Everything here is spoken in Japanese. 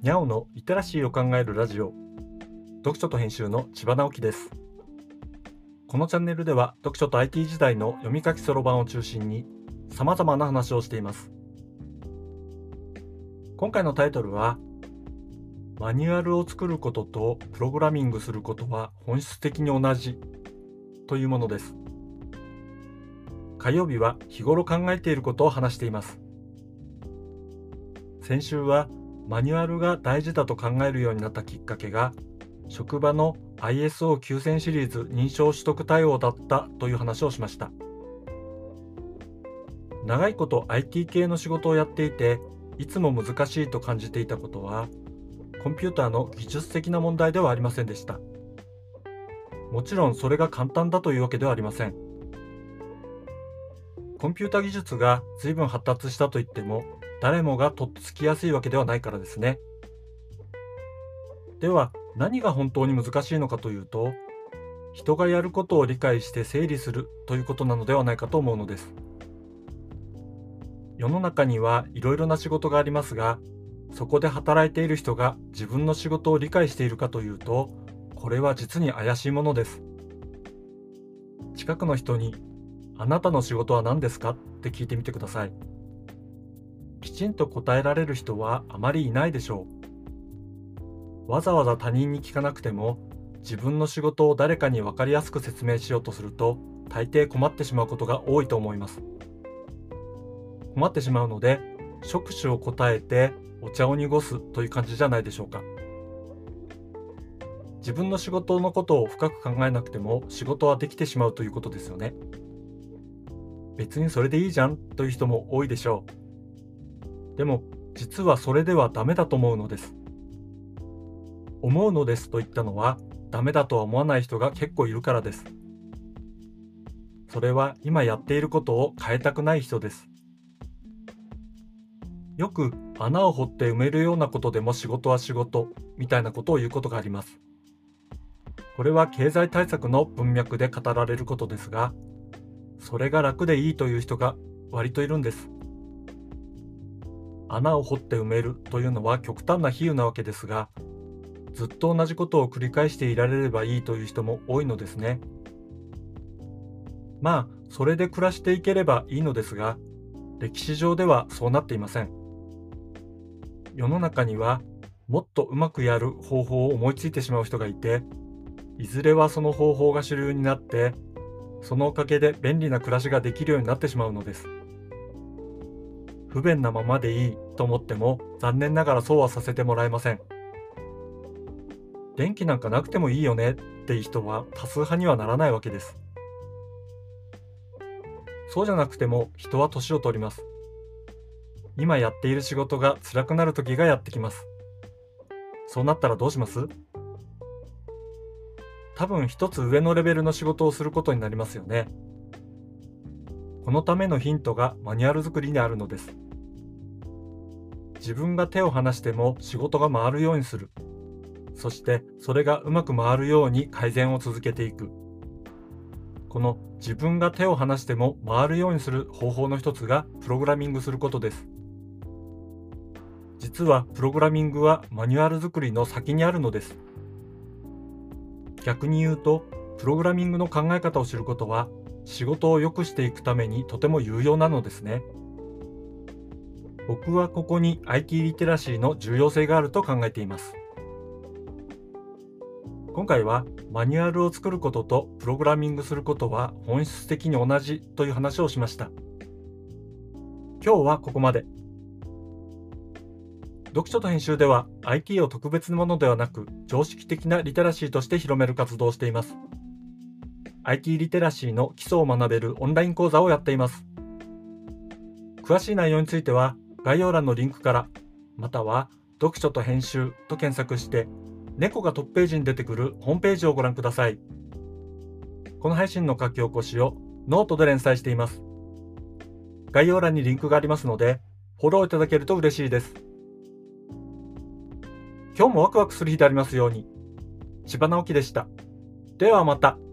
にゃおのリテラシーを考えるラジオ、読書と編集の千葉直樹です。このチャンネルでは読書と IT 時代の読み書きそろばんを中心に様々な話をしています。今回のタイトルは、マニュアルを作ることとプログラミングすることは本質的に同じというものです。火曜日は日頃考えていることを話しています。先週はマニュアルが大事だと考えるようになったきっかけが、職場の ISO9000 シリーズ認証取得対応だったという話をしました。長いこと IT 系の仕事をやっていて、いつも難しいと感じていたことは、コンピューターの技術的な問題ではありませんでした。もちろんそれが簡単だというわけではありません。コンピュータ技術が随分発達したといっても、誰もがとっつきやすいわけではないからですね。では、何が本当に難しいのかというと、人がやることを理解して整理するということなのではないかと思うのです。世の中にはいろいろな仕事がありますが、そこで働いている人が自分の仕事を理解しているかというと、これは実に怪しいものです。近くの人に、あなたの仕事は何ですかって聞いてみてください。きちんと答えられる人はあまりいないでしょう。わざわざ他人に聞かなくても、自分の仕事を誰かに分かりやすく説明しようとすると、大抵困ってしまうことが多いと思います。困ってしまうので、職種を答えてお茶を濁すという感じじゃないでしょうか。自分の仕事のことを深く考えなくても仕事はできてしまうということですよね。別にそれでいいじゃんという人も多いでしょう。でも、実はそれではダメだと思うのです。思うのですと言ったのは、ダメだとは思わない人が結構いるからです。それは今やっていることを変えたくない人です。よく穴を掘って埋めるようなことでも仕事は仕事みたいなことを言うことがあります。これは経済対策の文脈で語られることですが、それが楽でいいという人が割といるんです。穴を掘って埋めるというのは極端な比喩なわけですが、ずっと同じことを繰り返していられればいいという人も多いのですね。まあ、それで暮らしていければいいのですが、歴史上ではそうなっていません。世の中には、もっとうまくやる方法を思いついてしまう人がいて、いずれはその方法が主流になって、そのおかげで便利な暮らしができるようになってしまうのです。不便なままでいいと思っても、残念ながらそうはさせてもらえません。電気なんかなくてもいいよねっていう人は多数派にはならないわけです。そうじゃなくても人は年を取ります。今やっている仕事が辛くなる時がやってきます。そうなったらどうします？多分一つ上のレベルの仕事をすることになりますよね。このためのヒントがマニュアル作りにあるのです。自分が手を離しても仕事が回るようにする。そしてそれがうまく回るように改善を続けていく。この自分が手を離しても回るようにする方法の一つがプログラミングすることです。実はプログラミングはマニュアル作りの先にあるのです。逆に言うと、プログラミングの考え方を知ることは仕事を良くしていくためにとても有用なのですね。僕はここに IT リテラシーの重要性があると考えています。今回はマニュアルを作ることとプログラミングすることは本質的に同じという話をしました。今日はここまで。読書と編集では IT を特別なものではなく常識的なリテラシーとして広める活動をしています。IT リテラシーの基礎を学べるオンライン講座をやっています。詳しい内容については概要欄のリンクから、または読書と編集と検索して猫がトップページに出てくるホームページをご覧ください。この配信の書き起こしをノートで連載しています。概要欄にリンクがありますので、フォローいただけると嬉しいです。今日もワクワクする日でありますように。千葉直樹でした。ではまた。